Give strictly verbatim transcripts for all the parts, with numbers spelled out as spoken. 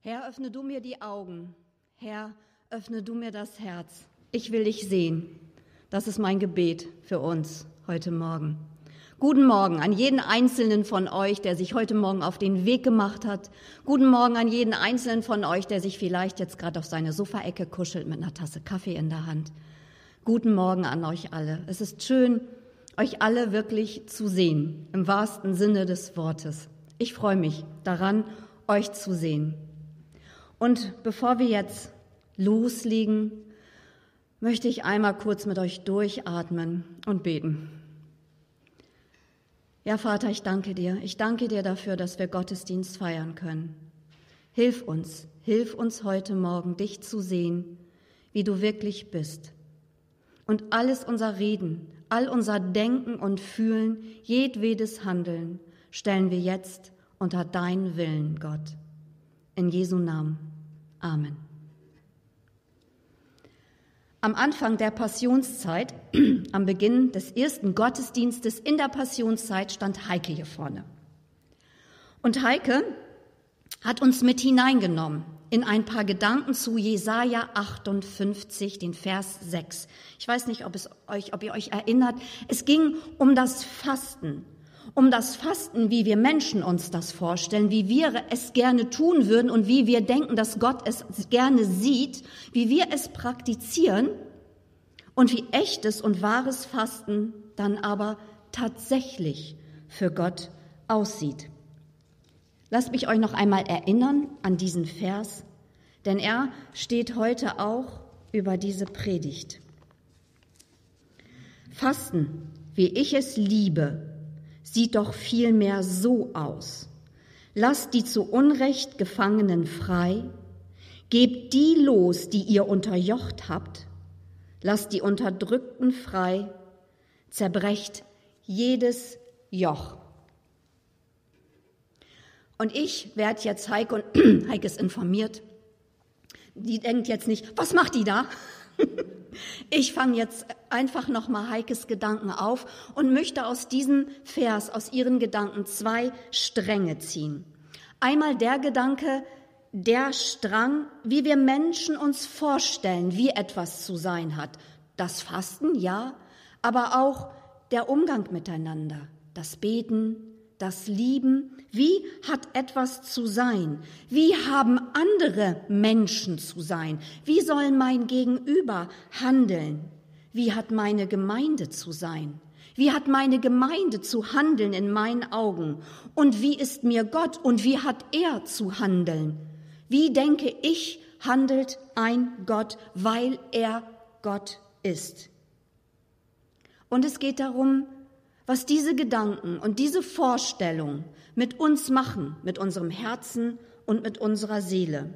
Herr, öffne du mir die Augen. Herr, öffne du mir das Herz. Ich will dich sehen. Das ist mein Gebet für uns heute Morgen. Guten Morgen an jeden Einzelnen von euch, der sich heute Morgen auf den Weg gemacht hat. Guten Morgen an jeden Einzelnen von euch, der sich vielleicht jetzt gerade auf seine Sofaecke kuschelt mit einer Tasse Kaffee in der Hand. Guten Morgen an euch alle. Es ist schön, euch alle wirklich zu sehen, im wahrsten Sinne des Wortes. Ich freue mich daran, euch zu sehen. Und bevor wir jetzt loslegen, möchte ich einmal kurz mit euch durchatmen und beten. Ja, Vater, ich danke dir. Ich danke dir dafür, dass wir Gottesdienst feiern können. Hilf uns, hilf uns heute Morgen, dich zu sehen, wie du wirklich bist. Und alles unser Reden, all unser Denken und Fühlen, jedwedes Handeln stellen wir jetzt unter deinen Willen, Gott. In Jesu Namen. Amen. Am Anfang der Passionszeit, am Beginn des ersten Gottesdienstes in der Passionszeit, stand Heike hier vorne. Und Heike hat uns mit hineingenommen in ein paar Gedanken zu Jesaja achtundfünfzig, den Vers sechs. Ich weiß nicht, ob, es euch, ob ihr euch erinnert. Es ging um das Fasten. Um das Fasten, wie wir Menschen uns das vorstellen, wie wir es gerne tun würden und wie wir denken, dass Gott es gerne sieht, wie wir es praktizieren und wie echtes und wahres Fasten dann aber tatsächlich für Gott aussieht. Lasst mich euch noch einmal erinnern an diesen Vers, denn er steht heute auch über diese Predigt. Fasten, wie ich es liebe, sieht doch vielmehr so aus. Lasst die zu Unrecht Gefangenen frei, gebt die los, die ihr unterjocht habt, lasst die Unterdrückten frei, zerbrecht jedes Joch. Und ich werde jetzt Heike, und Heike ist informiert, die denkt jetzt nicht, was macht die da? Ich fange jetzt einfach nochmal Heikes Gedanken auf und möchte aus diesem Vers, aus ihren Gedanken zwei Stränge ziehen. Einmal der Gedanke, der Strang, wie wir Menschen uns vorstellen, wie etwas zu sein hat. Das Fasten, ja, aber auch der Umgang miteinander, das Beten, das Lieben. Wie hat etwas zu sein? Wie haben andere Menschen zu sein? Wie soll mein Gegenüber handeln? Wie hat meine Gemeinde zu sein? Wie hat meine Gemeinde zu handeln in meinen Augen? Und wie ist mir Gott und wie hat er zu handeln? Wie denke ich, handelt ein Gott, weil er Gott ist? Und es geht darum, was diese Gedanken und diese Vorstellung mit uns machen, mit unserem Herzen und mit unserer Seele.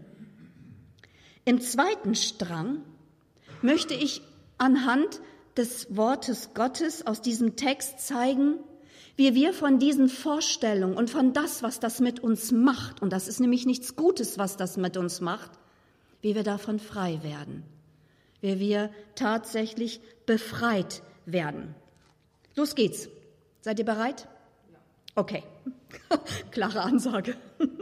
Im zweiten Strang möchte ich anhand des Wortes Gottes aus diesem Text zeigen, wie wir von diesen Vorstellungen und von das, was das mit uns macht, und das ist nämlich nichts Gutes, was das mit uns macht, wie wir davon frei werden, wie wir tatsächlich befreit werden. Los geht's. Seid ihr bereit? Okay, klare Ansage.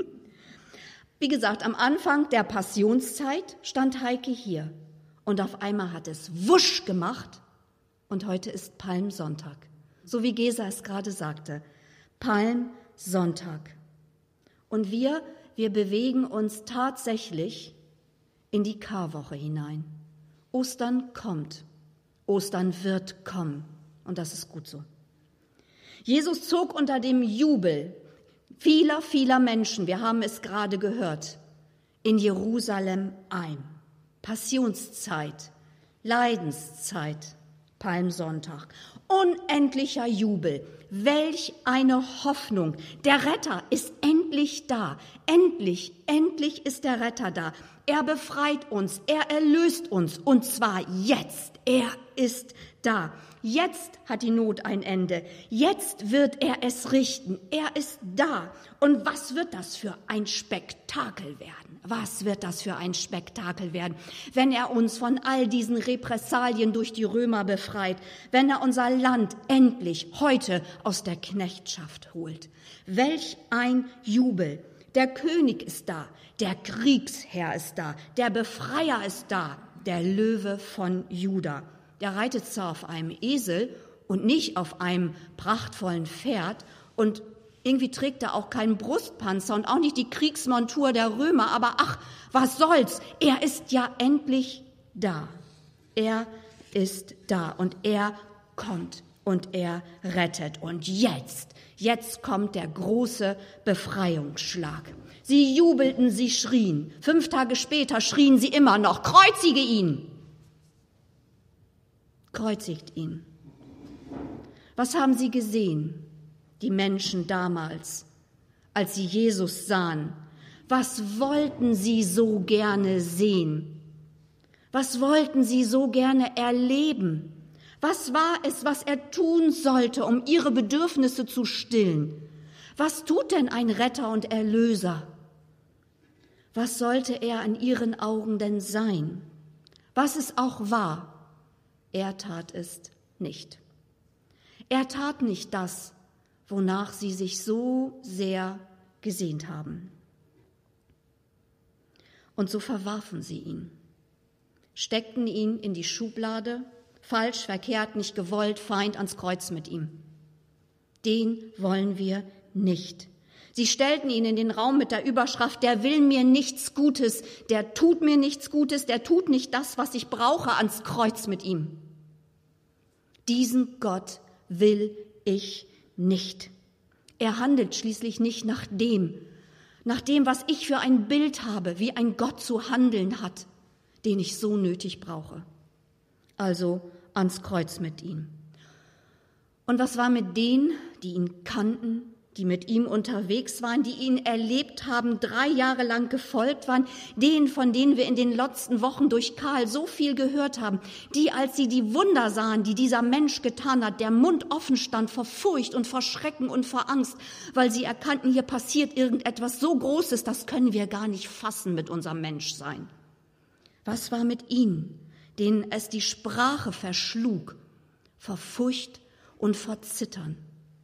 Wie gesagt, am Anfang der Passionszeit stand Heike hier und auf einmal hat es wusch gemacht und heute ist Palmsonntag. So wie Gesa es gerade sagte, Palmsonntag. Und wir, wir bewegen uns tatsächlich in die Karwoche hinein. Ostern kommt, Ostern wird kommen und das ist gut so. Jesus zog unter dem Jubel vieler, vieler Menschen, wir haben es gerade gehört, in Jerusalem ein. Passionszeit, Leidenszeit, Palmsonntag, unendlicher Jubel. Welch eine Hoffnung. Der Retter ist endlich da. Endlich, endlich ist der Retter da. Er befreit uns, er erlöst uns und zwar jetzt. Er ist da. Jetzt hat die Not ein Ende. Jetzt wird er es richten. Er ist da. Und was wird das für ein Spektakel werden? Was wird das für ein Spektakel werden, wenn er uns von all diesen Repressalien durch die Römer befreit, wenn er unser Land endlich heute aus der Knechtschaft holt? Welch ein Jubel! Der König ist da, der Kriegsherr ist da, der Befreier ist da, der Löwe von Juda. Der reitet zwar auf einem Esel und nicht auf einem prachtvollen Pferd und irgendwie trägt er auch keinen Brustpanzer und auch nicht die Kriegsmontur der Römer, aber ach, was soll's, er ist ja endlich da. Er ist da und er kommt und er rettet. Und jetzt, jetzt kommt der große Befreiungsschlag. Sie jubelten, sie schrien. Fünf Tage später schrien sie immer noch, kreuzige ihn! Kreuzigt ihn. Was haben sie gesehen, die Menschen damals, als sie Jesus sahen? Was wollten sie so gerne sehen? Was wollten sie so gerne erleben? Was war es, was er tun sollte, um ihre Bedürfnisse zu stillen? Was tut denn ein Retter und Erlöser? Was sollte er in ihren Augen denn sein? Was es auch war, er tat es nicht. Er tat nicht das, wonach sie sich so sehr gesehnt haben. Und so verwarfen sie ihn, steckten ihn in die Schublade, falsch, verkehrt, nicht gewollt, Feind ans Kreuz mit ihm. Den wollen wir nicht. Sie stellten ihn in den Raum mit der Überschrift, der will mir nichts Gutes, der tut mir nichts Gutes, der tut nicht das, was ich brauche, ans Kreuz mit ihm. Diesen Gott will ich nicht. Er handelt schließlich nicht nach dem, nach dem, was ich für ein Bild habe, wie ein Gott zu handeln hat, den ich so nötig brauche. Also ans Kreuz mit ihm. Und was war mit denen, die ihn kannten, die mit ihm unterwegs waren, die ihn erlebt haben, drei Jahre lang gefolgt waren, denen, von denen wir in den letzten Wochen durch Karl so viel gehört haben, die, als sie die Wunder sahen, die dieser Mensch getan hat, der Mund offen stand vor Furcht und vor Schrecken und vor Angst, weil sie erkannten, hier passiert irgendetwas so Großes, das können wir gar nicht fassen mit unserem Menschsein. Was war mit ihnen, denen es die Sprache verschlug, vor Furcht und vor Zittern?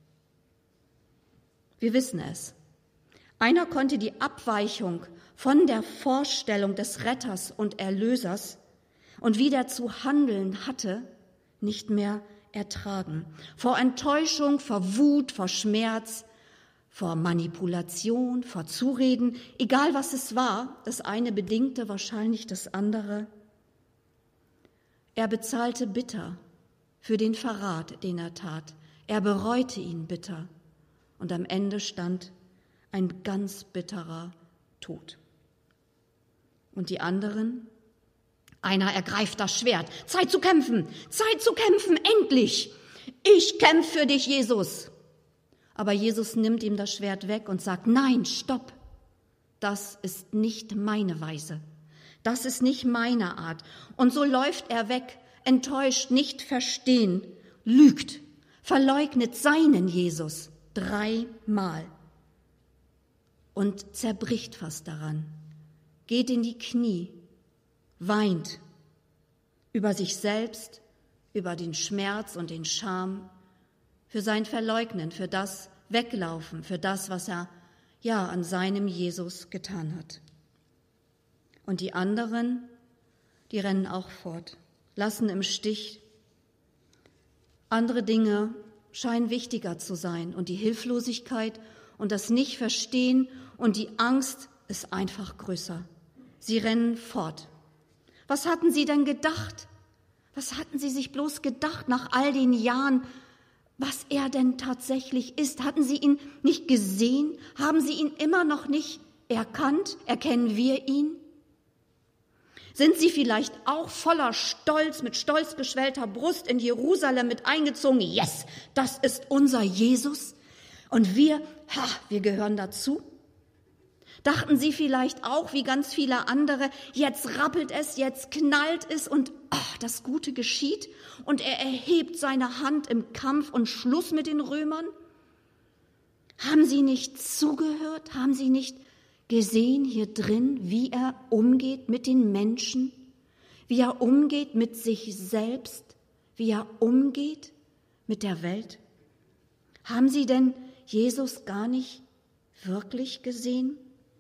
Wir wissen es. Einer konnte die Abweichung von der Vorstellung des Retters und Erlösers und wie der zu handeln hatte, nicht mehr ertragen. Vor Enttäuschung, vor Wut, vor Schmerz, vor Manipulation, vor Zureden, egal was es war, das eine bedingte wahrscheinlich das andere. Er bezahlte bitter für den Verrat, den er tat. Er bereute ihn bitter. Und am Ende stand ein ganz bitterer Tod. Und die anderen? Einer ergreift das Schwert. Zeit zu kämpfen, Zeit zu kämpfen, endlich. Ich kämpfe für dich, Jesus. Aber Jesus nimmt ihm das Schwert weg und sagt, nein, stopp. Das ist nicht meine Weise. Das ist nicht meine Art. Und so läuft er weg, enttäuscht, nicht verstehen, lügt, verleugnet seinen Jesus. Dreimal und zerbricht fast daran, geht in die Knie, weint über sich selbst, über den Schmerz und den Scham, für sein Verleugnen, für das Weglaufen, für das, was er ja an seinem Jesus getan hat. Und die anderen, die rennen auch fort, lassen im Stich. Andere Dinge scheinen wichtiger zu sein und die Hilflosigkeit und das Nicht-Verstehen und die Angst ist einfach größer. Sie rennen fort. Was hatten sie denn gedacht? Was hatten sie sich bloß gedacht nach all den Jahren, was er denn tatsächlich ist? Hatten sie ihn nicht gesehen? Haben sie ihn immer noch nicht erkannt? Erkennen wir ihn? Sind sie vielleicht auch voller Stolz, mit stolz geschwellter Brust in Jerusalem mit eingezogen? Yes, das ist unser Jesus. Und wir, ha, wir gehören dazu. Dachten sie vielleicht auch, wie ganz viele andere, jetzt rappelt es, jetzt knallt es und oh, das Gute geschieht und er erhebt seine Hand im Kampf und Schluss mit den Römern? Haben sie nicht zugehört? Haben sie nicht gesehen hier drin, wie er umgeht mit den Menschen, wie er umgeht mit sich selbst, wie er umgeht mit der Welt? Haben sie denn Jesus gar nicht wirklich gesehen?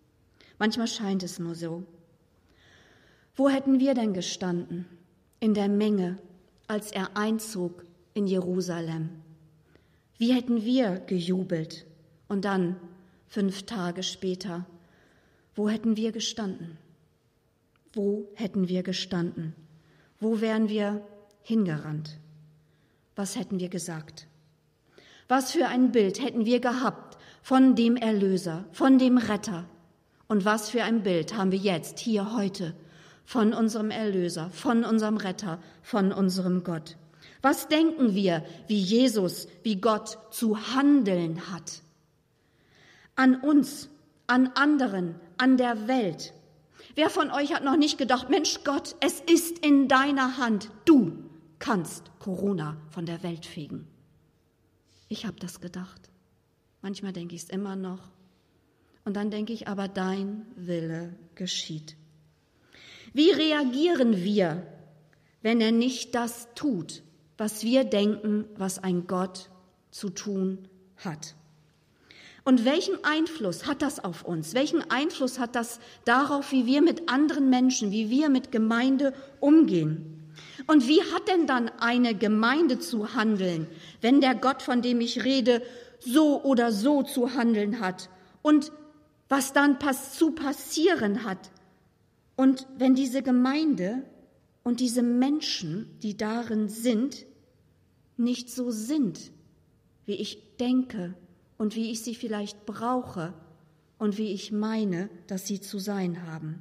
Manchmal scheint es nur so. Wo hätten wir denn gestanden in der Menge, als er einzog in Jerusalem? Wie hätten wir gejubelt? Und dann, fünf Tage später, wo hätten wir gestanden? Wo hätten wir gestanden? Wo wären wir hingerannt? Was hätten wir gesagt? Was für ein Bild hätten wir gehabt von dem Erlöser, von dem Retter? Und was für ein Bild haben wir jetzt, hier, heute, von unserem Erlöser, von unserem Retter, von unserem Gott? Was denken wir, wie Jesus, wie Gott zu handeln hat? An uns, an anderen, an der Welt. Wer von euch hat noch nicht gedacht, Mensch Gott, es ist in deiner Hand, du kannst Corona von der Welt fegen? Ich habe das gedacht. Manchmal denke ich es immer noch. Und dann denke ich, aber dein Wille geschieht. Wie reagieren wir, wenn er nicht das tut, was wir denken, was ein Gott zu tun hat? Und welchen Einfluss hat das auf uns? Welchen Einfluss hat das darauf, wie wir mit anderen Menschen, wie wir mit Gemeinde umgehen? Und wie hat denn dann eine Gemeinde zu handeln, wenn der Gott, von dem ich rede, so oder so zu handeln hat? Und was dann pass- zu passieren hat? Und wenn diese Gemeinde und diese Menschen, die darin sind, nicht so sind, wie ich denke und wie ich sie vielleicht brauche und wie ich meine, dass sie zu sein haben.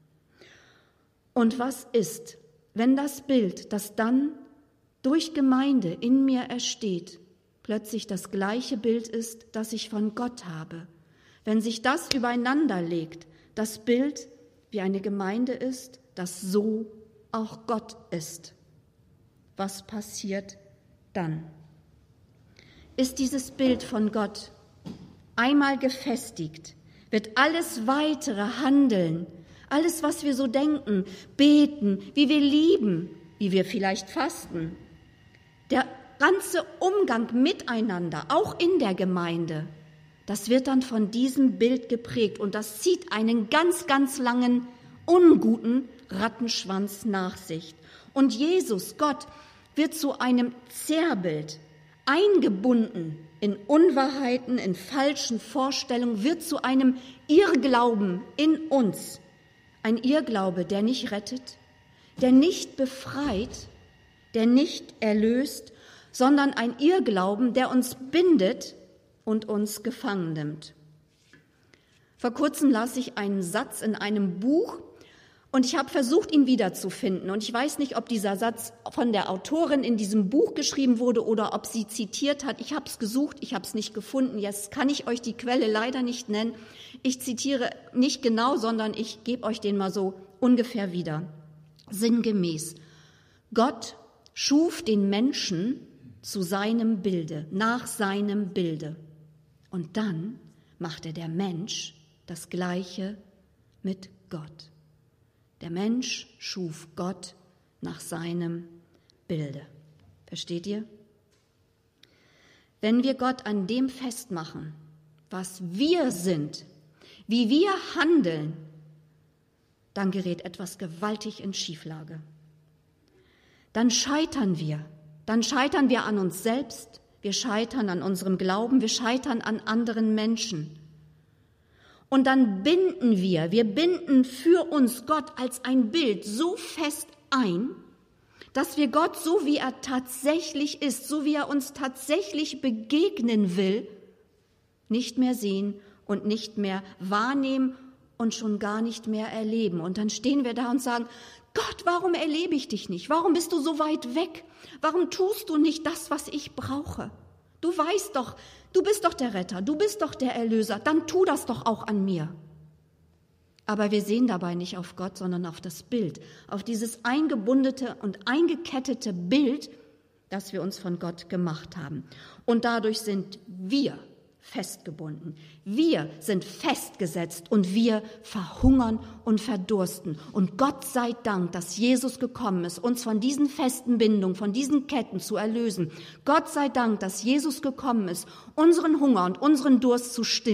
Und was ist, wenn das Bild, das dann durch Gemeinde in mir ersteht, plötzlich das gleiche Bild ist, das ich von Gott habe? Wenn sich das übereinander legt, das Bild, wie eine Gemeinde ist, das so auch Gott ist. Was passiert dann? Ist dieses Bild von Gott einmal gefestigt, wird alles weitere Handeln, alles, was wir so denken, beten, wie wir lieben, wie wir vielleicht fasten, der ganze Umgang miteinander, auch in der Gemeinde, das wird dann von diesem Bild geprägt und das zieht einen ganz, ganz langen, unguten Rattenschwanz nach sich. Und Jesus, Gott, wird zu einem Zerrbild, eingebunden in Unwahrheiten, in falschen Vorstellungen, wird zu einem Irrglauben in uns. Ein Irrglaube, der nicht rettet, der nicht befreit, der nicht erlöst, sondern ein Irrglauben, der uns bindet und uns gefangen nimmt. Vor kurzem las ich einen Satz in einem Buch und ich habe versucht, ihn wiederzufinden. Und ich weiß nicht, ob dieser Satz von der Autorin in diesem Buch geschrieben wurde oder ob sie zitiert hat. Ich habe es gesucht, ich habe es nicht gefunden. Jetzt kann ich euch die Quelle leider nicht nennen. Ich zitiere nicht genau, sondern ich gebe euch den mal so ungefähr wieder. Sinngemäß. Gott schuf den Menschen zu seinem Bilde, nach seinem Bilde. Und dann machte der Mensch das Gleiche mit Gott. Der Mensch schuf Gott nach seinem Bilde. Versteht ihr? Wenn wir Gott an dem festmachen, was wir sind, wie wir handeln, dann gerät etwas gewaltig in Schieflage. Dann scheitern wir. Dann scheitern wir an uns selbst, wir scheitern an unserem Glauben, wir scheitern an anderen Menschen. Und dann binden wir, wir binden für uns Gott als ein Bild so fest ein, dass wir Gott, so wie er tatsächlich ist, so wie er uns tatsächlich begegnen will, nicht mehr sehen und nicht mehr wahrnehmen und schon gar nicht mehr erleben. Und dann stehen wir da und sagen, Gott, warum erlebe ich dich nicht? Warum bist du so weit weg? Warum tust du nicht das, was ich brauche? Du weißt doch, du bist doch der Retter, du bist doch der Erlöser, dann tu das doch auch an mir. Aber wir sehen dabei nicht auf Gott, sondern auf das Bild, auf dieses eingebundene und eingekettete Bild, das wir uns von Gott gemacht haben. Und dadurch sind wir festgebunden. Wir sind festgesetzt und wir verhungern und verdursten. Und Gott sei Dank, dass Jesus gekommen ist, uns von diesen festen Bindungen, von diesen Ketten zu erlösen. Gott sei Dank, dass Jesus gekommen ist, unseren Hunger und unseren Durst zu stillen.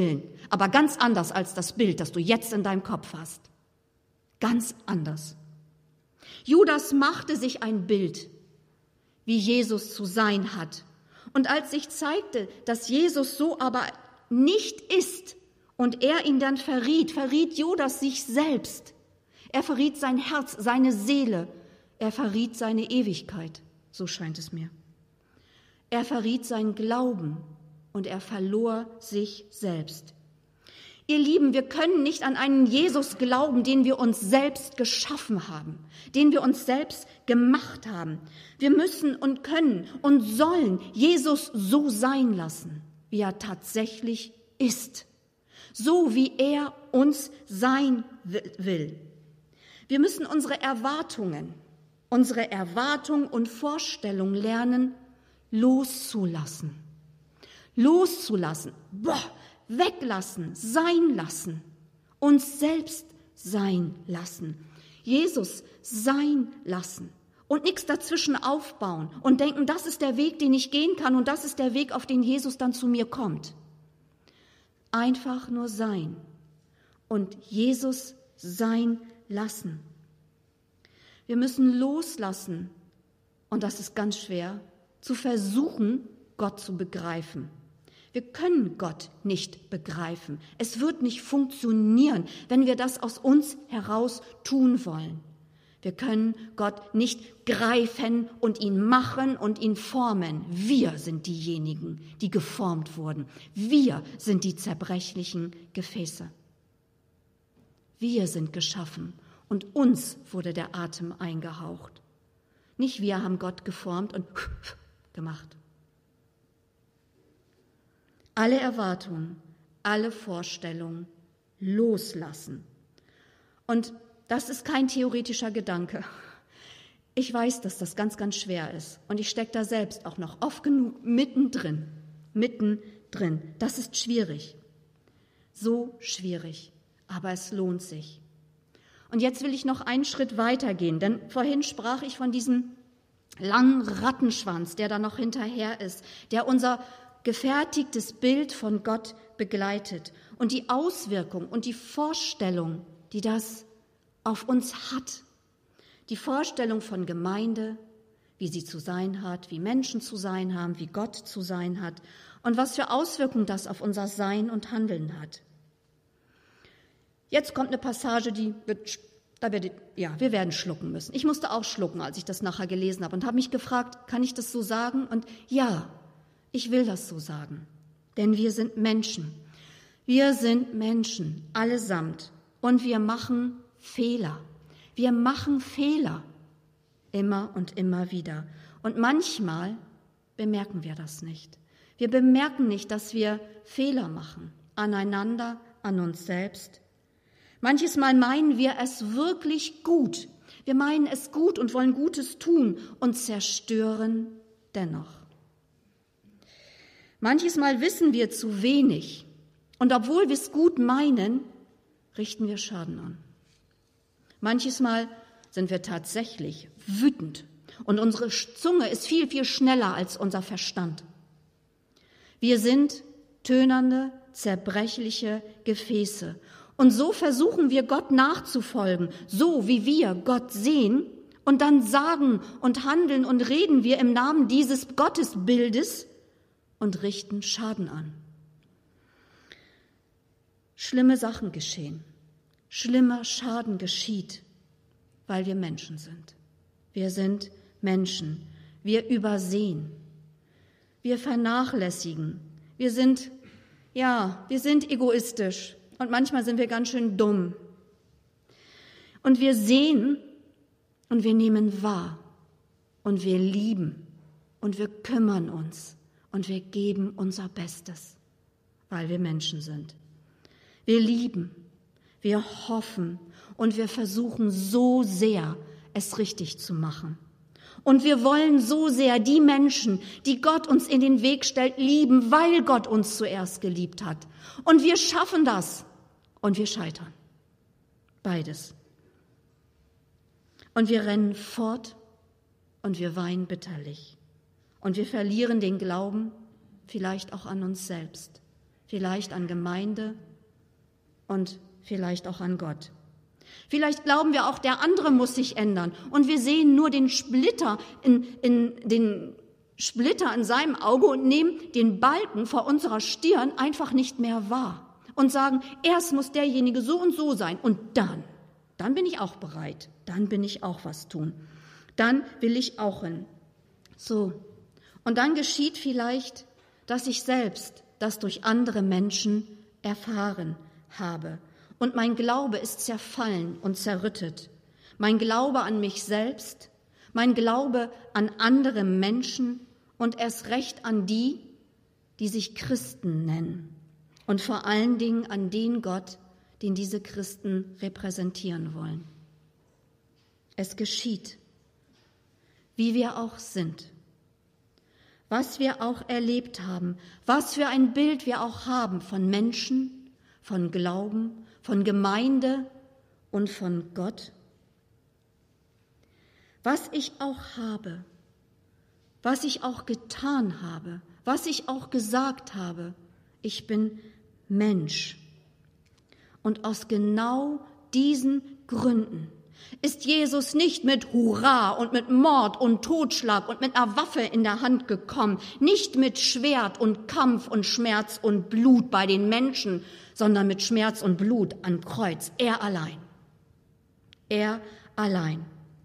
aber ganz anders als das Bild, das du jetzt in deinem Kopf hast. Ganz anders. Judas machte sich ein Bild, wie Jesus zu sein hat. Und als sich zeigte, dass Jesus so aber nicht ist und er ihn dann verriet, verriet Judas sich selbst. Er verriet sein Herz, seine Seele. Er verriet seine Ewigkeit, so scheint es mir. Er verriet seinen Glauben und er verlor sich selbst. Ihr Lieben, wir können nicht an einen Jesus glauben, den wir uns selbst geschaffen haben, den wir uns selbst gemacht haben. Wir müssen und können und sollen Jesus so sein lassen, wie er tatsächlich ist, so wie er uns sein will. Wir müssen unsere Erwartungen, unsere Erwartungen und Vorstellungen lernen, loszulassen. Loszulassen, boah, weglassen, sein lassen, uns selbst sein lassen, Jesus sein lassen und nichts dazwischen aufbauen und denken, das ist der Weg, den ich gehen kann und das ist der Weg, auf den Jesus dann zu mir kommt. Einfach nur sein und Jesus sein lassen. Wir müssen loslassen, und das ist ganz schwer, zu versuchen, Gott zu begreifen. Wir können Gott nicht begreifen. Es wird nicht funktionieren, wenn wir das aus uns heraus tun wollen. Wir können Gott nicht greifen und ihn machen und ihn formen. Wir sind diejenigen, die geformt wurden. Wir sind die zerbrechlichen Gefäße. Wir sind geschaffen und uns wurde der Atem eingehaucht. Nicht wir haben Gott geformt und gemacht. Alle Erwartungen, alle Vorstellungen loslassen. Und das ist kein theoretischer Gedanke. Ich weiß, dass das ganz, ganz schwer ist. Und ich stecke da selbst auch noch oft genug mittendrin. Mittendrin. Das ist schwierig. So schwierig. Aber es lohnt sich. Und jetzt will ich noch einen Schritt weitergehen. Denn vorhin sprach ich von diesem langen Rattenschwanz, der da noch hinterher ist, der unser gefertigtes Bild von Gott begleitet und die Auswirkung und die Vorstellung, die das auf uns hat. Die Vorstellung von Gemeinde, wie sie zu sein hat, wie Menschen zu sein haben, wie Gott zu sein hat und was für Auswirkungen das auf unser Sein und Handeln hat. Jetzt kommt eine Passage, die wird, da wird, ja, wir werden schlucken müssen. Ich musste auch schlucken, als ich das nachher gelesen habe und habe mich gefragt, kann ich das so sagen? Und ja, ich will das so sagen, denn wir sind Menschen. Wir sind Menschen, allesamt. Und wir machen Fehler. Wir machen Fehler. Immer und immer wieder. Und manchmal bemerken wir das nicht. Wir bemerken nicht, dass wir Fehler machen. Aneinander, an uns selbst. Manches Mal meinen wir es wirklich gut. Wir meinen es gut und wollen Gutes tun und zerstören dennoch. Manches Mal wissen wir zu wenig und obwohl wir es gut meinen, richten wir Schaden an. Manches Mal sind wir tatsächlich wütend und unsere Zunge ist viel, viel schneller als unser Verstand. Wir sind tönernde, zerbrechliche Gefäße und so versuchen wir Gott nachzufolgen, so wie wir Gott sehen und dann sagen und handeln und reden wir im Namen dieses Gottesbildes und richten Schaden an. Schlimme Sachen geschehen. Schlimmer Schaden geschieht, weil wir Menschen sind. Wir sind Menschen. Wir übersehen. Wir vernachlässigen. Wir sind, ja, wir sind egoistisch und manchmal sind wir ganz schön dumm. Und wir sehen und wir nehmen wahr und wir lieben und wir kümmern uns. Und wir geben unser Bestes, weil wir Menschen sind. Wir lieben, wir hoffen und wir versuchen so sehr, es richtig zu machen. Und wir wollen so sehr die Menschen, die Gott uns in den Weg stellt, lieben, weil Gott uns zuerst geliebt hat. Und wir schaffen das und wir scheitern. Beides. Und wir rennen fort und wir weinen bitterlich. Und wir verlieren den Glauben, vielleicht auch an uns selbst, vielleicht an Gemeinde und vielleicht auch an Gott. Vielleicht glauben wir auch, der andere muss sich ändern und wir sehen nur den Splitter in, in den Splitter in seinem Auge und nehmen den Balken vor unserer Stirn einfach nicht mehr wahr und sagen, erst muss derjenige so und so sein und dann, dann bin ich auch bereit, dann bin ich auch was tun, dann will ich auch hin. So, und dann geschieht vielleicht, dass ich selbst das durch andere Menschen erfahren habe. Und mein Glaube ist zerfallen und zerrüttet. Mein Glaube an mich selbst, mein Glaube an andere Menschen und erst recht an die, die sich Christen nennen. Und vor allen Dingen an den Gott, den diese Christen repräsentieren wollen. Es geschieht, wie wir auch sind, was wir auch erlebt haben, was für ein Bild wir auch haben von Menschen, von Glauben, von Gemeinde und von Gott. Was ich auch habe, was ich auch getan habe, was ich auch gesagt habe, ich bin Mensch. Und aus genau diesen Gründen ist Jesus nicht mit Hurra und mit Mord und Totschlag und mit einer Waffe in der Hand gekommen, nicht mit Schwert und Kampf und Schmerz und Blut bei den Menschen, sondern mit Schmerz und Blut am Kreuz. Er allein. Er allein.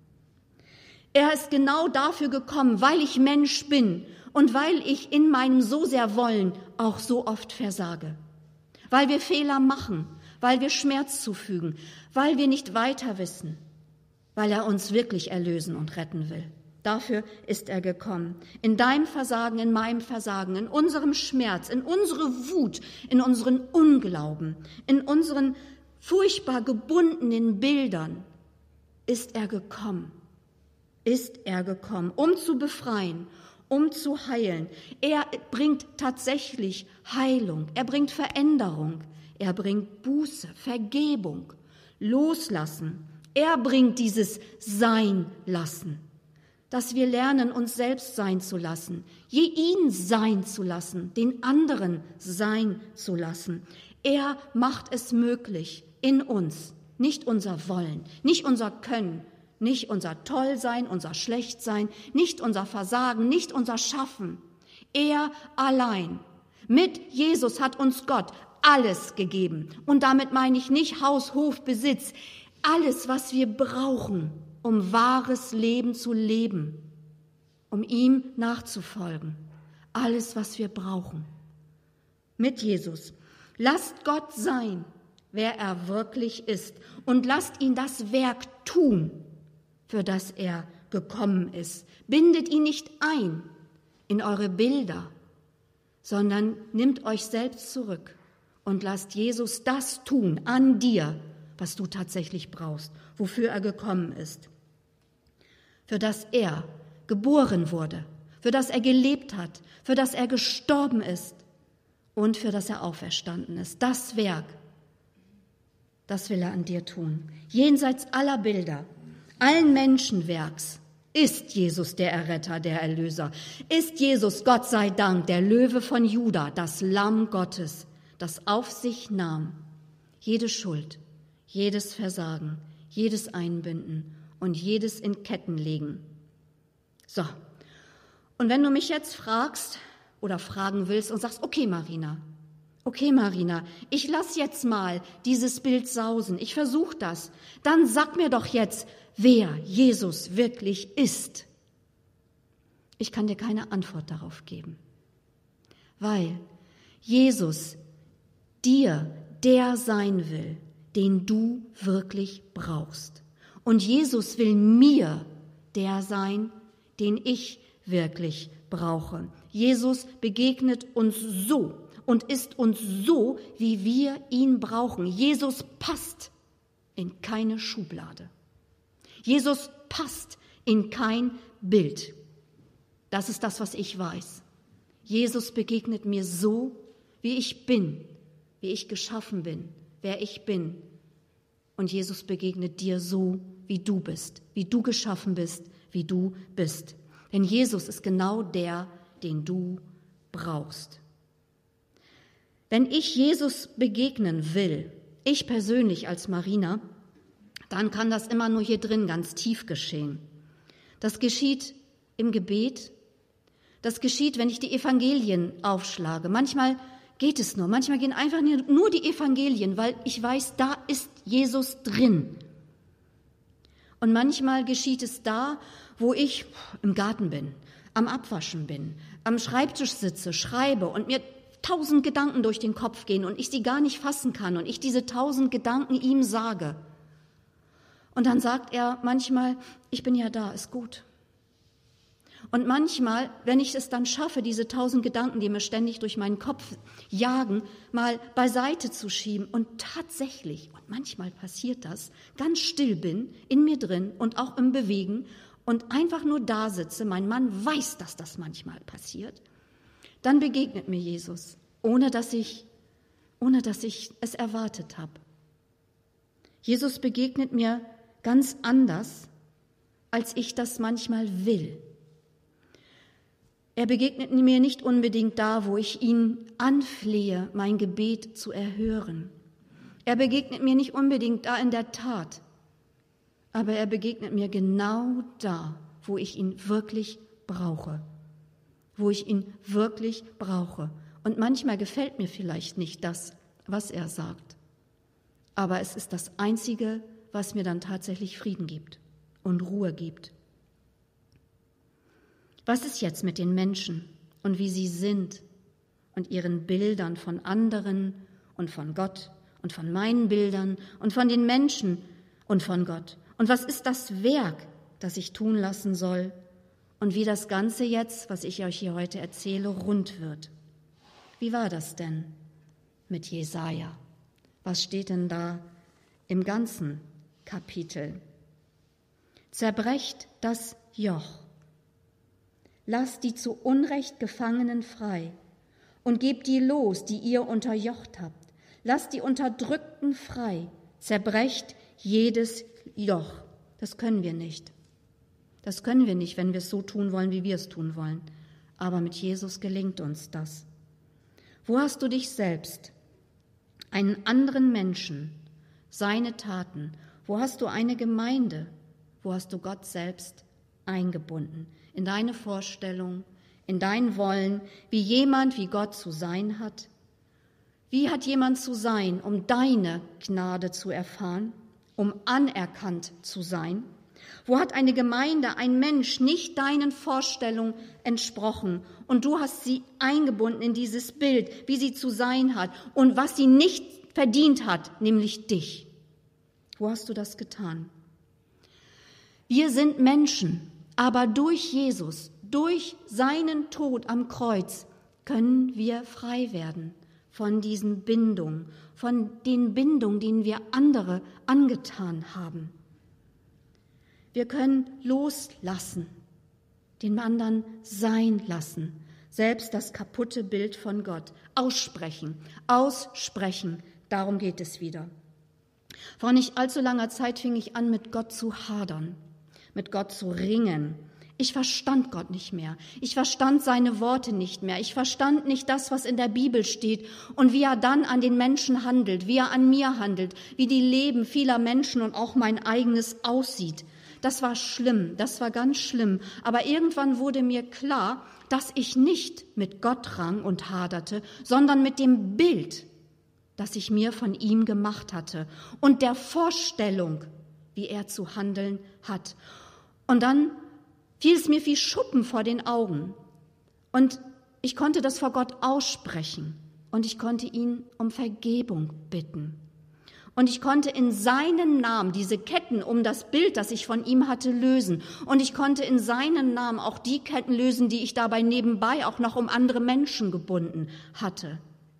Er ist genau dafür gekommen, weil ich Mensch bin und weil ich in meinem so sehr Wollen auch so oft versage. Weil wir Fehler machen, weil wir Schmerz zufügen, weil wir nicht weiter wissen, weil er uns wirklich erlösen und retten will. Dafür ist er gekommen. In deinem Versagen, in meinem Versagen, in unserem Schmerz, in unsere Wut, in unseren Unglauben, in unseren furchtbar gebundenen Bildern ist er gekommen. Ist er gekommen, um zu befreien, um zu heilen. Er bringt tatsächlich Heilung, er bringt Veränderung, er bringt Buße, Vergebung, Loslassen. Er bringt dieses Sein lassen, dass wir lernen, uns selbst sein zu lassen, je ihn sein zu lassen, den anderen sein zu lassen. Er macht es möglich in uns, nicht unser Wollen, nicht unser Können, nicht unser Tollsein, unser Schlechtsein, nicht unser Versagen, nicht unser Schaffen. Er allein. Mit Jesus hat uns Gott alles gegeben. Und damit meine ich nicht Haus, Hof, Besitz. Alles, was wir brauchen, um wahres Leben zu leben, um ihm nachzufolgen. Alles, was wir brauchen. Mit Jesus. Lasst Gott sein, wer er wirklich ist. Und lasst ihn das Werk tun, für das er gekommen ist. Bindet ihn nicht ein in eure Bilder, sondern nimmt euch selbst zurück und lasst Jesus das tun an dir, was du tatsächlich brauchst, wofür er gekommen ist, für das er geboren wurde, für das er gelebt hat, für das er gestorben ist und für das er auferstanden ist. Das Werk, das will er an dir tun. Jenseits aller Bilder, allen Menschenwerks ist Jesus der Erretter, der Erlöser. Ist Jesus, Gott sei Dank, der Löwe von Juda, das Lamm Gottes, das auf sich nahm jede Schuld, jedes Versagen, jedes Einbinden und jedes in Ketten legen. So, und wenn du mich jetzt fragst oder fragen willst und sagst, okay Marina, okay Marina, ich lass jetzt mal dieses Bild sausen, ich versuche das, dann sag mir doch jetzt, wer Jesus wirklich ist. Ich kann dir keine Antwort darauf geben, weil Jesus dir der sein will, den du wirklich brauchst. Und Jesus will mir der sein, den ich wirklich brauche. Jesus begegnet uns so und ist uns so, wie wir ihn brauchen. Jesus passt in keine Schublade. Jesus passt in kein Bild. Das ist das, was ich weiß. Jesus begegnet mir so, wie ich bin, wie ich geschaffen bin, wer ich bin. Und Jesus begegnet dir so, wie du bist, wie du geschaffen bist, wie du bist. Denn Jesus ist genau der, den du brauchst. Wenn ich Jesus begegnen will, ich persönlich als Marina, dann kann das immer nur hier drin ganz tief geschehen. Das geschieht im Gebet, das geschieht, wenn ich die Evangelien aufschlage. Manchmal geht es nur, manchmal gehen einfach nur die Evangelien, weil ich weiß, da ist Jesus drin. Und manchmal geschieht es da, wo ich im Garten bin, am Abwaschen bin, am Schreibtisch sitze, schreibe und mir tausend Gedanken durch den Kopf gehen und ich sie gar nicht fassen kann und ich diese tausend Gedanken ihm sage. Und dann sagt er manchmal, ich bin ja da, ist gut. Und manchmal, wenn ich es dann schaffe, diese tausend Gedanken, die mir ständig durch meinen Kopf jagen, mal beiseite zu schieben und tatsächlich, und manchmal passiert das, ganz still bin, in mir drin und auch im Bewegen und einfach nur da sitze, mein Mann weiß, dass das manchmal passiert, dann begegnet mir Jesus, ohne dass ich, ohne dass ich es erwartet habe. Jesus begegnet mir ganz anders, als ich das manchmal will. Er begegnet mir nicht unbedingt da, wo ich ihn anflehe, mein Gebet zu erhören. Er begegnet mir nicht unbedingt da in der Tat, aber er begegnet mir genau da, wo ich ihn wirklich brauche, wo ich ihn wirklich brauche. Und manchmal gefällt mir vielleicht nicht das, was er sagt, aber es ist das Einzige, was mir dann tatsächlich Frieden gibt und Ruhe gibt. Was ist jetzt mit den Menschen und wie sie sind und ihren Bildern von anderen und von Gott und von meinen Bildern und von den Menschen und von Gott? Und was ist das Werk, das ich tun lassen soll und wie das Ganze jetzt, was ich euch hier heute erzähle, rund wird? Wie war das denn mit Jesaja? Was steht denn da im ganzen Kapitel? Zerbrecht das Joch. Lasst die zu Unrecht Gefangenen frei und gebt die los, die ihr unterjocht habt. Lasst die Unterdrückten frei, zerbrecht jedes Joch. Das können wir nicht. Das können wir nicht, wenn wir es so tun wollen, wie wir es tun wollen. Aber mit Jesus gelingt uns das. Wo hast du dich selbst, einen anderen Menschen, seine Taten? Wo hast du eine Gemeinde? Wo hast du Gott selbst eingebunden? In deine Vorstellung, in dein Wollen, wie jemand wie Gott zu sein hat? Wie hat jemand zu sein, um deine Gnade zu erfahren, um anerkannt zu sein? Wo hat eine Gemeinde, ein Mensch nicht deinen Vorstellungen entsprochen und du hast sie eingebunden in dieses Bild, wie sie zu sein hat und was sie nicht verdient hat, nämlich dich? Wo hast du das getan? Wir sind Menschen. Aber durch Jesus, durch seinen Tod am Kreuz, können wir frei werden von diesen Bindungen, von den Bindungen, denen wir andere angetan haben. Wir können loslassen, den anderen sein lassen, selbst das kaputte Bild von Gott aussprechen, aussprechen, darum geht es wieder. Vor nicht allzu langer Zeit fing ich an, mit Gott zu hadern, mit Gott zu ringen. Ich verstand Gott nicht mehr. Ich verstand seine Worte nicht mehr. Ich verstand nicht das, was in der Bibel steht und wie er dann an den Menschen handelt, wie er an mir handelt, wie die Leben vieler Menschen und auch mein eigenes aussieht. Das war schlimm, das war ganz schlimm. Aber irgendwann wurde mir klar, dass ich nicht mit Gott rang und haderte, sondern mit dem Bild, das ich mir von ihm gemacht hatte und der Vorstellung, wie er zu handeln hat. Und dann fiel es mir wie Schuppen vor den Augen. Und ich konnte das vor Gott aussprechen. Und ich konnte ihn um Vergebung bitten. Und ich konnte in seinen Namen diese Ketten um das Bild, das ich von ihm hatte, lösen. Und ich konnte in seinen Namen auch die Ketten lösen, die ich dabei nebenbei auch noch um andere Menschen gebunden hatte.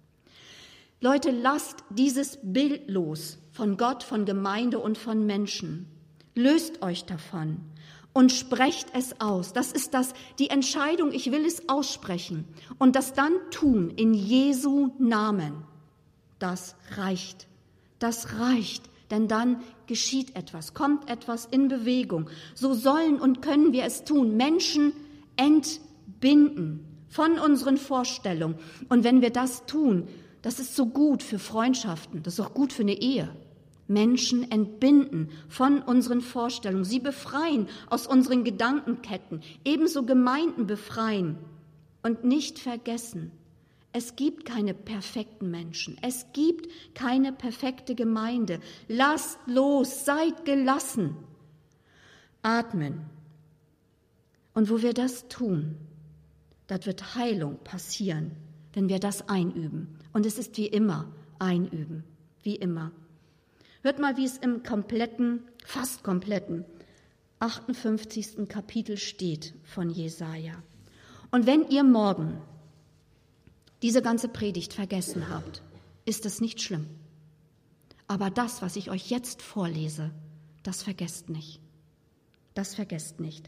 Leute, lasst dieses Bild los von Gott, von Gemeinde und von Menschen. Löst euch davon und sprecht es aus. Das ist das, die Entscheidung, ich will es aussprechen und das dann tun in Jesu Namen. Das reicht, das reicht, denn dann geschieht etwas, kommt etwas in Bewegung. So sollen und können wir es tun, Menschen entbinden von unseren Vorstellungen. Und wenn wir das tun, Das ist so gut für Freundschaften, das ist auch gut für eine Ehe. Menschen entbinden von unseren Vorstellungen, sie befreien aus unseren Gedankenketten, ebenso Gemeinden befreien und nicht vergessen, es gibt keine perfekten Menschen, es gibt keine perfekte Gemeinde. Lasst los, seid gelassen, atmen. Und wo wir das tun, dort wird Heilung passieren, wenn wir das einüben. Und es ist wie immer einüben, wie immer. Hört mal, wie es im kompletten, fast kompletten achtundfünfzigsten Kapitel steht von Jesaja. Und wenn ihr morgen diese ganze Predigt vergessen habt, ist es nicht schlimm. Aber das, was ich euch jetzt vorlese, das vergesst nicht. Das vergesst nicht.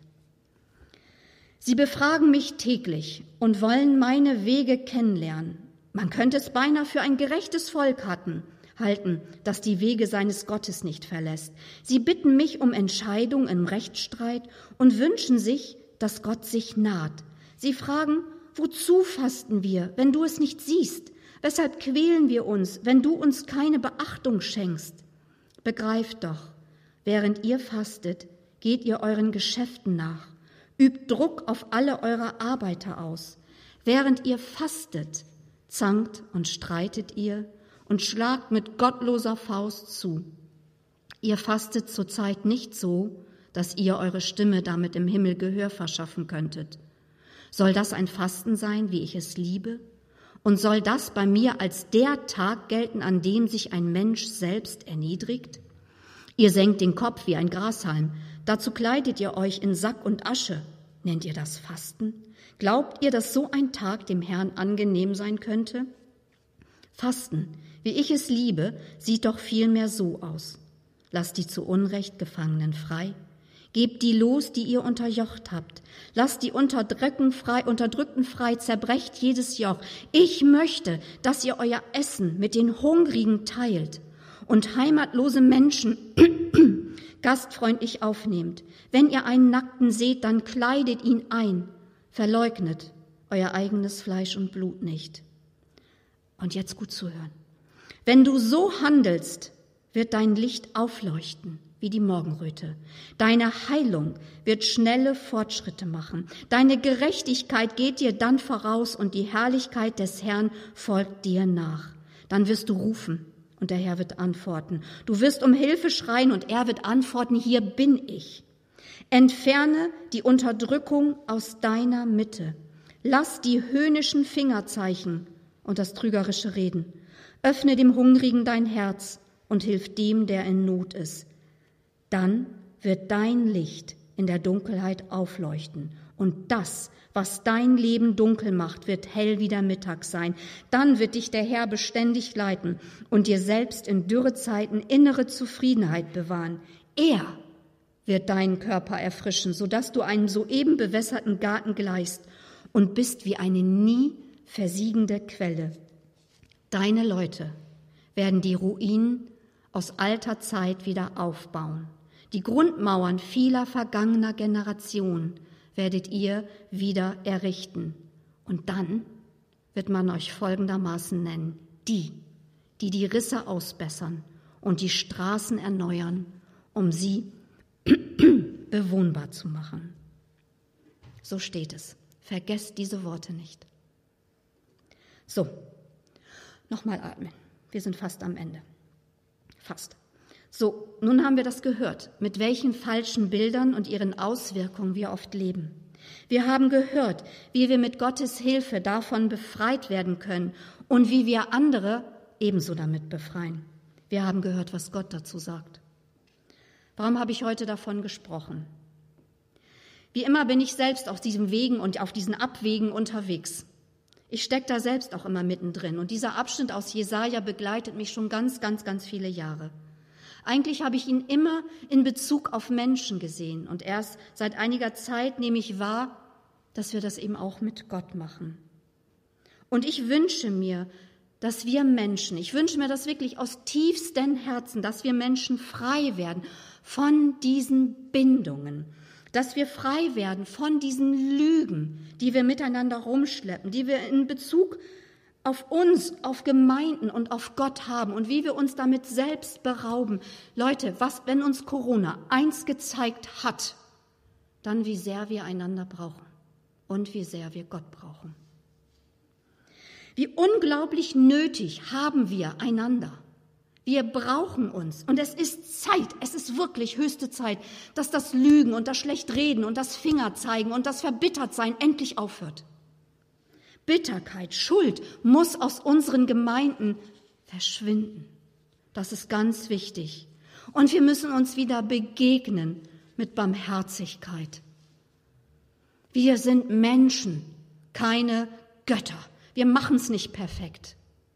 Sie befragen mich täglich und wollen meine Wege kennenlernen. Man könnte es beinahe für ein gerechtes Volk hatten, halten, das die Wege seines Gottes nicht verlässt. Sie bitten mich um Entscheidung im Rechtsstreit und wünschen sich, dass Gott sich naht. Sie fragen, wozu fasten wir, wenn du es nicht siehst? Weshalb quälen wir uns, wenn du uns keine Beachtung schenkst? Begreift doch, während ihr fastet, geht ihr euren Geschäften nach, übt Druck auf alle eure Arbeiter aus. Während ihr fastet, zankt und streitet ihr und schlagt mit gottloser Faust zu. Ihr fastet zurzeit nicht so, dass ihr eure Stimme damit im Himmel Gehör verschaffen könntet. Soll das ein Fasten sein, wie ich es liebe? Und soll das bei mir als der Tag gelten, an dem sich ein Mensch selbst erniedrigt? Ihr senkt den Kopf wie ein Grashalm, dazu kleidet ihr euch in Sack und Asche. Nennt ihr das Fasten? Glaubt ihr, dass so ein Tag dem Herrn angenehm sein könnte? Fasten, wie ich es liebe, sieht doch vielmehr so aus. Lasst die zu Unrecht Gefangenen frei. Gebt die los, die ihr unterjocht habt. Lasst die Unterdrückten frei, Unterdrückten frei, zerbrecht jedes Joch. Ich möchte, dass ihr euer Essen mit den Hungrigen teilt und heimatlose Menschen gastfreundlich aufnehmt. Wenn ihr einen Nackten seht, dann kleidet ihn ein. Verleugnet euer eigenes Fleisch und Blut nicht. Und jetzt gut zuhören. Wenn du so handelst, wird dein Licht aufleuchten wie die Morgenröte. Deine Heilung wird schnelle Fortschritte machen. Deine Gerechtigkeit geht dir dann voraus und die Herrlichkeit des Herrn folgt dir nach. Dann wirst du rufen und der Herr wird antworten. Du wirst um Hilfe schreien und er wird antworten, hier bin ich. Entferne die Unterdrückung aus deiner Mitte. Lass die höhnischen Fingerzeichen und das trügerische Reden. Öffne dem Hungrigen dein Herz und hilf dem, der in Not ist. Dann wird dein Licht in der Dunkelheit aufleuchten. Und das, was dein Leben dunkel macht, wird hell wie der Mittag sein. Dann wird dich der Herr beständig leiten und dir selbst in Dürrezeiten innere Zufriedenheit bewahren. Er wird deinen Körper erfrischen, sodass du einen soeben bewässerten Garten gleichst und bist wie eine nie versiegende Quelle. Deine Leute werden die Ruinen aus alter Zeit wieder aufbauen. Die Grundmauern vieler vergangener Generationen werdet ihr wieder errichten. Und dann wird man euch folgendermaßen nennen: die, die die Risse ausbessern und die Straßen erneuern, um sie bewohnbar zu machen. So steht es. Vergesst diese Worte nicht. So, nochmal atmen. Wir sind fast am Ende. Fast. So, nun haben wir das gehört, mit welchen falschen Bildern und ihren Auswirkungen wir oft leben. Wir haben gehört, wie wir mit Gottes Hilfe davon befreit werden können und wie wir andere ebenso damit befreien. Wir haben gehört, was Gott dazu sagt. Warum habe ich heute davon gesprochen? Wie immer bin ich selbst auf diesen Wegen und auf diesen Abwegen unterwegs. Ich stecke da selbst auch immer mittendrin und dieser Abschnitt aus Jesaja begleitet mich schon ganz, ganz, ganz viele Jahre. Eigentlich habe ich ihn immer in Bezug auf Menschen gesehen und erst seit einiger Zeit nehme ich wahr, dass wir das eben auch mit Gott machen. Und ich wünsche mir, dass wir Menschen, ich wünsche mir das wirklich aus tiefstem Herzen, dass wir Menschen frei werden von diesen Bindungen, dass wir frei werden von diesen Lügen, die wir miteinander rumschleppen, die wir in Bezug auf uns, auf Gemeinden und auf Gott haben und wie wir uns damit selbst berauben. Leute, was, wenn uns Corona eins gezeigt hat, dann wie sehr wir einander brauchen und wie sehr wir Gott brauchen. Wie unglaublich nötig haben wir einander. Wir brauchen uns. Und es ist Zeit, es ist wirklich höchste Zeit, dass das Lügen und das Schlechtreden und das Fingerzeigen und das Verbittertsein endlich aufhört. Bitterkeit, Schuld muss aus unseren Gemeinden verschwinden. Das ist ganz wichtig. Und wir müssen uns wieder begegnen mit Barmherzigkeit. Wir sind Menschen, keine Götter. Wir machen es nicht perfekt.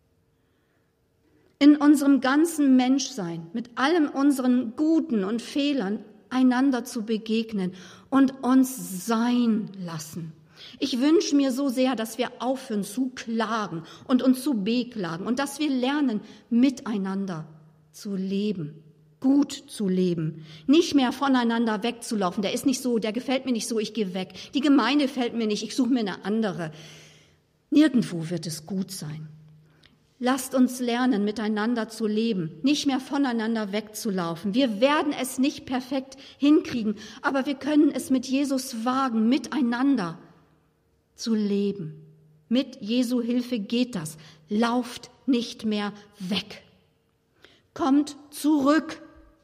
In unserem ganzen Menschsein, mit allem unseren Guten und Fehlern, einander zu begegnen und uns sein lassen. Ich wünsche mir so sehr, dass wir aufhören zu klagen und uns zu beklagen und dass wir lernen, miteinander zu leben, gut zu leben, nicht mehr voneinander wegzulaufen. Der ist nicht so, der gefällt mir nicht so, ich gehe weg. Die Gemeinde gefällt mir nicht, ich suche mir eine andere. Nirgendwo wird es gut sein. Lasst uns lernen, miteinander zu leben, nicht mehr voneinander wegzulaufen. Wir werden es nicht perfekt hinkriegen, aber wir können es mit Jesus wagen, miteinander zu leben. Mit Jesu Hilfe geht das. Lauft nicht mehr weg. Kommt zurück.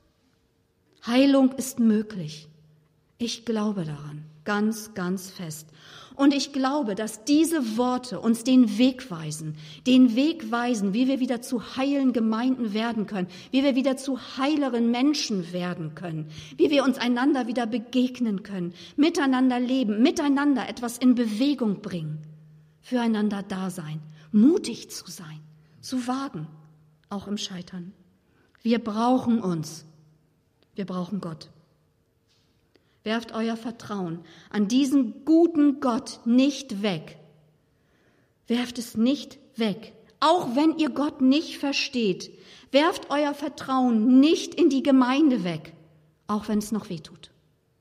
Heilung ist möglich. Ich glaube daran, ganz, ganz fest. Und ich glaube, dass diese Worte uns den Weg weisen, den Weg weisen, wie wir wieder zu heilen Gemeinden werden können, wie wir wieder zu heileren Menschen werden können, wie wir uns einander wieder begegnen können, miteinander leben, miteinander etwas in Bewegung bringen, füreinander da sein, mutig zu sein, zu wagen, auch im Scheitern. Wir brauchen uns, wir brauchen Gott. Werft euer Vertrauen an diesen guten Gott nicht weg. Werft es nicht weg, auch wenn ihr Gott nicht versteht. Werft euer Vertrauen nicht in die Gemeinde weg, auch wenn es noch weh tut.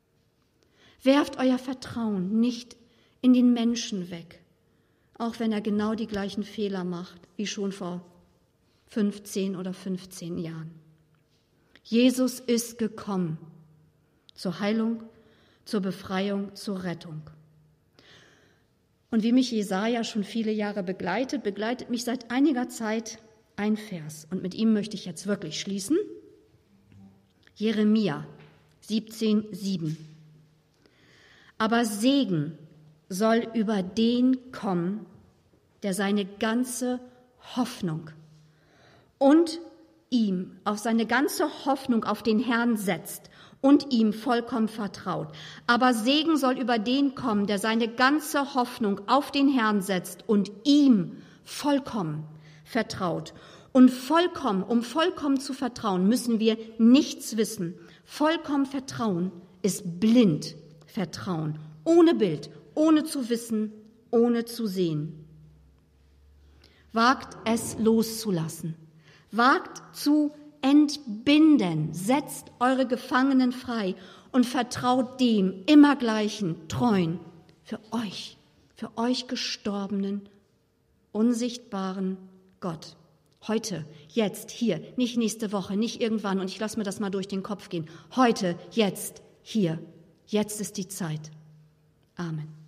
Werft euer Vertrauen nicht in den Menschen weg, auch wenn er genau die gleichen Fehler macht wie schon vor fünfzehn oder fünfzehn Jahren. Jesus ist gekommen zur Heilung, zur Befreiung, zur Rettung. Und wie mich Jesaja schon viele Jahre begleitet, begleitet mich seit einiger Zeit ein Vers. Und mit ihm möchte ich jetzt wirklich schließen. Jeremia siebzehn, sieben. Aber Segen soll über den kommen, der seine ganze Hoffnung und ihm auf seine ganze Hoffnung auf den Herrn setzt und ihm vollkommen vertraut. Aber Segen soll über den kommen, der seine ganze Hoffnung auf den Herrn setzt und ihm vollkommen vertraut. Und vollkommen, um vollkommen zu vertrauen, müssen wir nichts wissen. Vollkommen Vertrauen ist blind Vertrauen, ohne Bild, ohne zu wissen, ohne zu sehen. Wagt es loszulassen, wagt zu entbinden, setzt eure Gefangenen frei und vertraut dem immer gleichen, treuen, für euch, für euch gestorbenen, unsichtbaren Gott. Heute, jetzt, hier, nicht nächste Woche, nicht irgendwann und ich lasse mir das mal durch den Kopf gehen. Heute, jetzt, hier, jetzt ist die Zeit. Amen.